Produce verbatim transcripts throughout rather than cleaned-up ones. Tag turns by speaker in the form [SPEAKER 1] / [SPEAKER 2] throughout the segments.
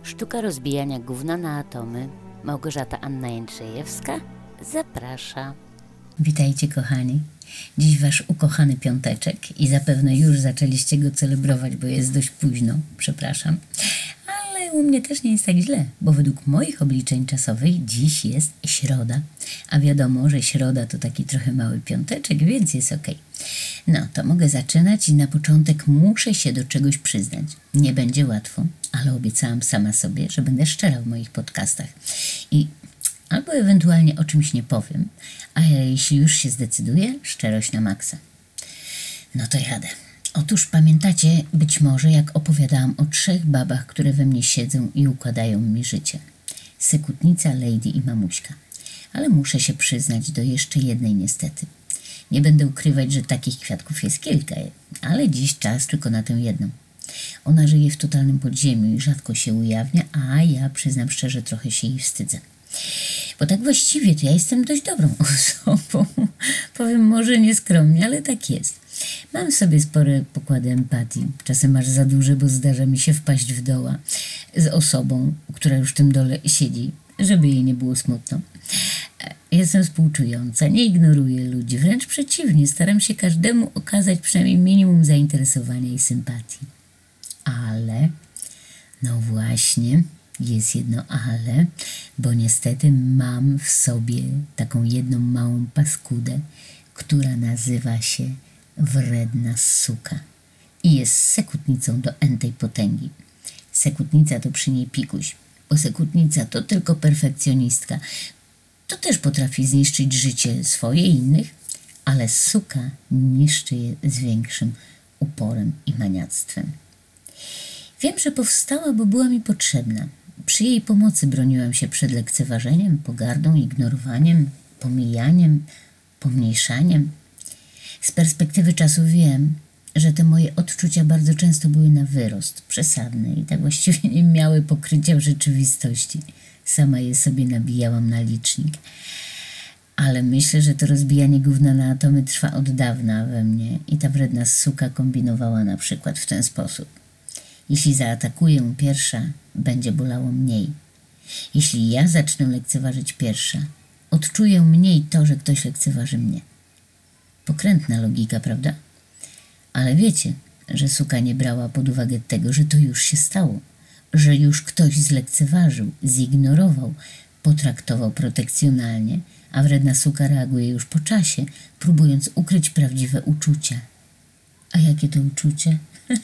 [SPEAKER 1] Sztuka rozbijania gówna na atomy. Małgorzata Anna Jędrzejewska zaprasza.
[SPEAKER 2] Witajcie kochani. Dziś wasz ukochany piąteczek i zapewne już zaczęliście go celebrować, bo jest dość późno, przepraszam. Ale u mnie też nie jest tak źle, bo według moich obliczeń czasowych dziś jest środa. A wiadomo, że środa to taki trochę mały piąteczek, więc jest okej. No, to mogę zaczynać i na początek muszę się do czegoś przyznać. Nie będzie łatwo, ale obiecałam sama sobie, że będę szczera w moich podcastach. I albo ewentualnie o czymś nie powiem, a jeśli już się zdecyduję, szczerość na maksa. No to jadę. Otóż pamiętacie być może, jak opowiadałam o trzech babach, które we mnie siedzą i układają mi życie. Sekutnica, Lady i Mamuśka. Ale muszę się przyznać do jeszcze jednej niestety. Nie będę ukrywać, że takich kwiatków jest kilka, ale dziś czas tylko na tę jedną. Ona żyje w totalnym podziemiu i rzadko się ujawnia, a ja przyznam szczerze, trochę się jej wstydzę. Bo tak właściwie to ja jestem dość dobrą osobą. Powiem może nieskromnie, ale tak jest. Mam w sobie spore pokłady empatii. Czasem aż za duże, bo zdarza mi się wpaść w doła z osobą, która już w tym dole siedzi, żeby jej nie było smutno. Jestem współczująca, nie ignoruję ludzi, wręcz przeciwnie, staram się każdemu okazać przynajmniej minimum zainteresowania i sympatii. Ale, no właśnie, jest jedno ale, bo niestety mam w sobie taką jedną małą paskudę, która nazywa się wredna suka i jest sekutnicą do entej potęgi. Sekutnica to przy niej pikuś, bo sekutnica to tylko perfekcjonistka. To też potrafi zniszczyć życie swoje i innych, ale suka niszczy je z większym uporem i maniactwem. Wiem, że powstała, bo była mi potrzebna. Przy jej pomocy broniłam się przed lekceważeniem, pogardą, ignorowaniem, pomijaniem, pomniejszaniem. Z perspektywy czasu wiem, że te moje odczucia bardzo często były na wyrost, przesadne i tak właściwie nie miały pokrycia w rzeczywistości. Sama je sobie nabijałam na licznik. Ale myślę, że to rozbijanie gówna na atomy trwa od dawna we mnie i ta wredna suka kombinowała na przykład w ten sposób. Jeśli zaatakuję pierwsza, będzie bolało mniej. Jeśli ja zacznę lekceważyć pierwsza, odczuję mniej to, że ktoś lekceważy mnie. Pokrętna logika, prawda? Ale wiecie, że suka nie brała pod uwagę tego, że to już się stało, że już ktoś zlekceważył, zignorował, potraktował protekcjonalnie, a wredna suka reaguje już po czasie, próbując ukryć prawdziwe uczucia. A jakie to uczucie?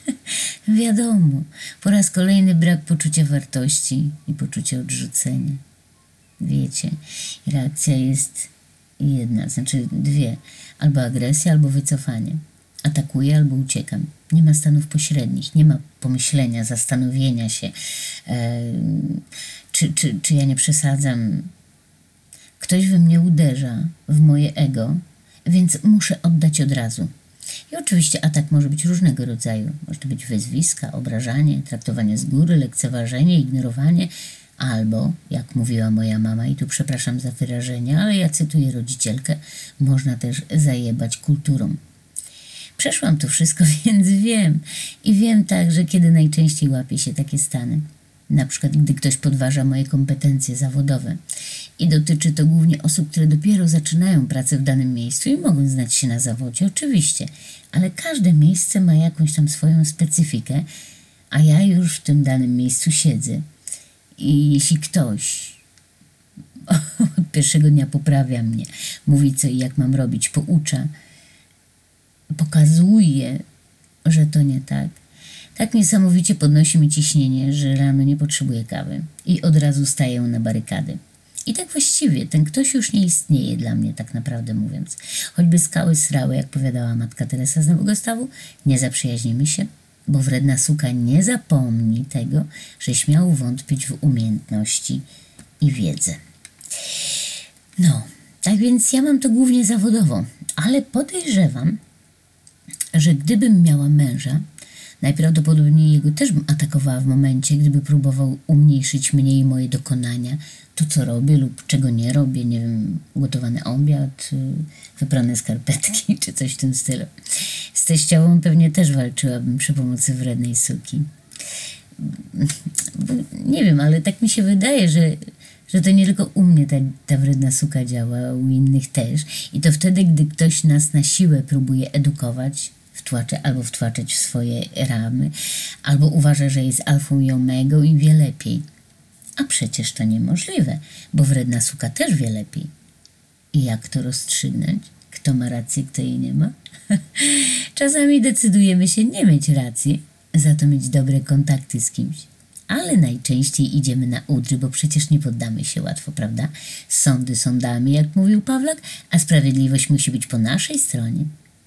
[SPEAKER 2] Wiadomo, po raz kolejny brak poczucia wartości i poczucia odrzucenia. Wiecie, reakcja jest jedna, znaczy dwie. Albo agresja, albo wycofanie. Atakuję albo uciekam. Nie ma stanów pośrednich, nie ma pomyślenia, zastanowienia się, e, czy, czy, czy ja nie przesadzam. Ktoś we mnie uderza, w moje ego, więc muszę oddać od razu. I oczywiście atak może być różnego rodzaju. Może to być wyzwiska, obrażanie, traktowanie z góry, lekceważenie, ignorowanie, albo, jak mówiła moja mama, i tu przepraszam za wyrażenie, ale ja cytuję rodzicielkę, można też zajebać kulturą. Przeszłam to wszystko, więc wiem. I wiem także, kiedy najczęściej łapie się takie stany. Na przykład, gdy ktoś podważa moje kompetencje zawodowe. I dotyczy to głównie osób, które dopiero zaczynają pracę w danym miejscu i mogą znać się na zawodzie, oczywiście. Ale każde miejsce ma jakąś tam swoją specyfikę, a ja już w tym danym miejscu siedzę. I jeśli ktoś od pierwszego dnia poprawia mnie, mówi co i jak mam robić, poucza, pokazuje, że to nie tak, tak niesamowicie podnosi mi ciśnienie, że rano nie potrzebuję kawy i od razu staję na barykady. I tak właściwie ten ktoś już nie istnieje dla mnie, tak naprawdę mówiąc. Choćby skały srały, jak powiadała matka Teresa z Nowego Stawu, nie zaprzyjaźnimy się, bo wredna suka nie zapomni tego, że śmiał wątpić w umiejętności i wiedzę. No, tak więc ja mam to głównie zawodowo, ale podejrzewam, że gdybym miała męża, najprawdopodobniej jego też bym atakowała w momencie, gdyby próbował umniejszyć mnie i moje dokonania, to co robię lub czego nie robię, nie wiem, gotowany obiad, wyprane skarpetki czy coś w tym stylu. Z teściową pewnie też walczyłabym przy pomocy wrednej suki. nie wiem, ale tak mi się wydaje, że, że to nie tylko u mnie ta, ta wredna suka działa, u innych też. I to wtedy, gdy ktoś nas na siłę próbuje edukować, wtłacza, albo wtłaczać w swoje ramy, albo uważa, że jest alfą i omegą i wie lepiej. A przecież to niemożliwe, bo wredna suka też wie lepiej. I jak to rozstrzygnąć? Kto ma rację, kto jej nie ma? Czasami decydujemy się nie mieć racji, za to mieć dobre kontakty z kimś. Ale najczęściej idziemy na udry, bo przecież nie poddamy się łatwo, prawda? Sądy sądami, jak mówił Pawlak, a sprawiedliwość musi być po naszej stronie.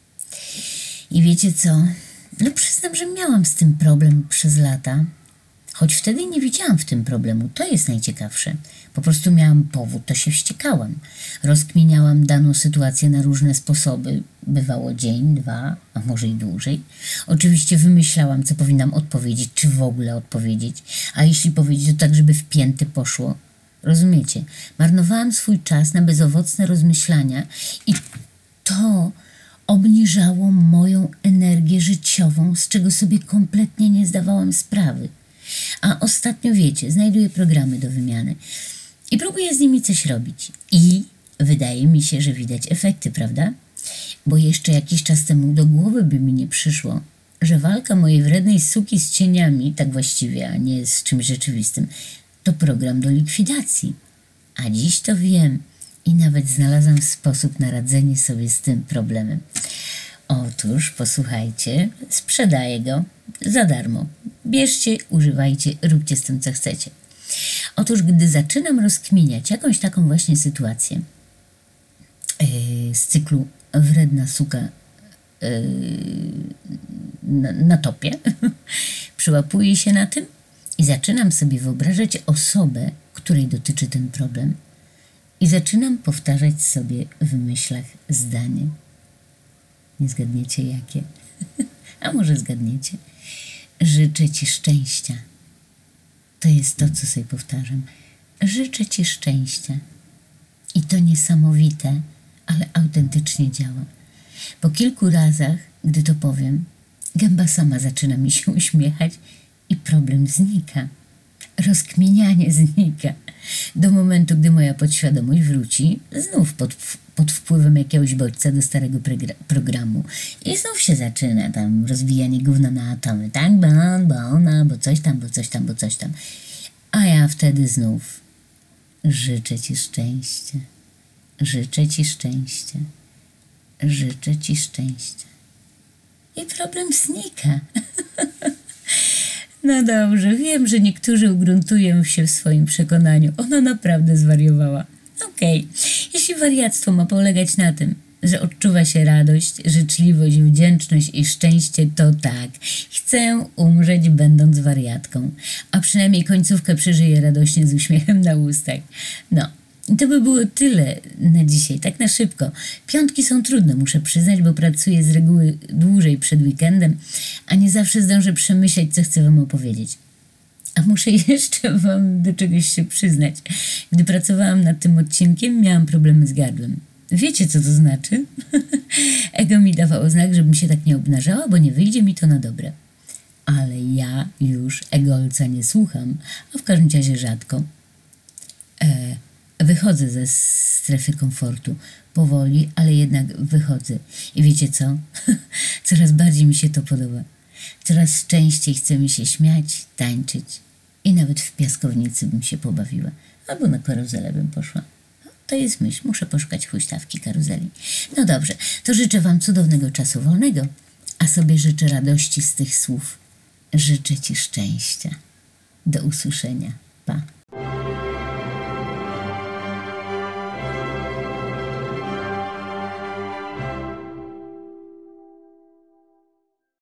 [SPEAKER 2] I wiecie co? No przyznam, że miałam z tym problem przez lata. Choć wtedy nie widziałam w tym problemu. To jest najciekawsze. Po prostu miałam powód, to się wściekałam. Rozkminiałam daną sytuację na różne sposoby. Bywało dzień, dwa, a może i dłużej. Oczywiście wymyślałam, co powinnam odpowiedzieć, czy w ogóle odpowiedzieć. A jeśli powiedzieć, to tak, żeby w pięty poszło. Rozumiecie? Marnowałam swój czas na bezowocne rozmyślania i to obniżało moją energię życiową, z czego sobie kompletnie nie zdawałam sprawy. A ostatnio, wiecie, znajduję programy do wymiany i próbuję z nimi coś robić. I wydaje mi się, że widać efekty, prawda? Bo jeszcze jakiś czas temu do głowy by mi nie przyszło, że walka mojej wrednej suki z cieniami, tak właściwie, a nie z czymś rzeczywistym, to program do likwidacji. A dziś to wiem i nawet znalazłam sposób na radzenie sobie z tym problemem. Otóż, posłuchajcie, sprzedaję go za darmo. Bierzcie, używajcie, róbcie z tym, co chcecie. Otóż, gdy zaczynam rozkminiać jakąś taką właśnie sytuację yy, z cyklu wredna suka yy, na, na topie, przyłapuję się na tym i zaczynam sobie wyobrażać osobę, której dotyczy ten problem i zaczynam powtarzać sobie w myślach zdanie. Nie zgadniecie jakie? A może zgadniecie? Życzę Ci szczęścia. To jest to, co sobie powtarzam. Życzę Ci szczęścia. I to niesamowite, ale autentycznie działa. Po kilku razach, gdy to powiem, gęba sama zaczyna mi się uśmiechać i problem znika. Rozkminianie znika. Do momentu, gdy moja podświadomość wróci znów pod, pod wpływem jakiegoś bodźca do starego programu i znów się zaczyna tam rozbijanie gówna na atomy. Tak, bo, bo ona, bo coś tam, bo coś tam, bo coś tam. A ja wtedy znów życzę Ci szczęścia. Życzę Ci szczęścia. Życzę Ci szczęścia. I problem znika. No dobrze, wiem, że niektórzy ugruntują się w swoim przekonaniu. Ona naprawdę zwariowała. Okej, okay. Jeśli wariactwo ma polegać na tym, że odczuwa się radość, życzliwość, wdzięczność i szczęście, to tak. Chcę umrzeć będąc wariatką, a przynajmniej końcówkę przeżyję radośnie z uśmiechem na ustach. No. I to by było tyle na dzisiaj, tak na szybko. Piątki są trudne, muszę przyznać, bo pracuję z reguły dłużej przed weekendem, a nie zawsze zdążę przemyśleć, co chcę Wam opowiedzieć. A muszę jeszcze Wam do czegoś się przyznać. Gdy pracowałam nad tym odcinkiem, miałam problemy z gardłem. Wiecie, co to znaczy? Ego mi dawało znak, żebym się tak nie obnażała, bo nie wyjdzie mi to na dobre. Ale ja już egolca nie słucham, a w każdym razie rzadko. E, wychodzę ze strefy komfortu. Powoli, ale jednak wychodzę. I wiecie co? Coraz bardziej mi się to podoba. Coraz częściej chce mi się śmiać, tańczyć. I nawet w piaskownicy bym się pobawiła. Albo na karuzelę bym poszła. To jest myśl. Muszę poszukać huśtawki karuzeli. No dobrze, to życzę Wam cudownego czasu wolnego, a sobie życzę radości z tych słów. Życzę Ci szczęścia. Do usłyszenia. Pa.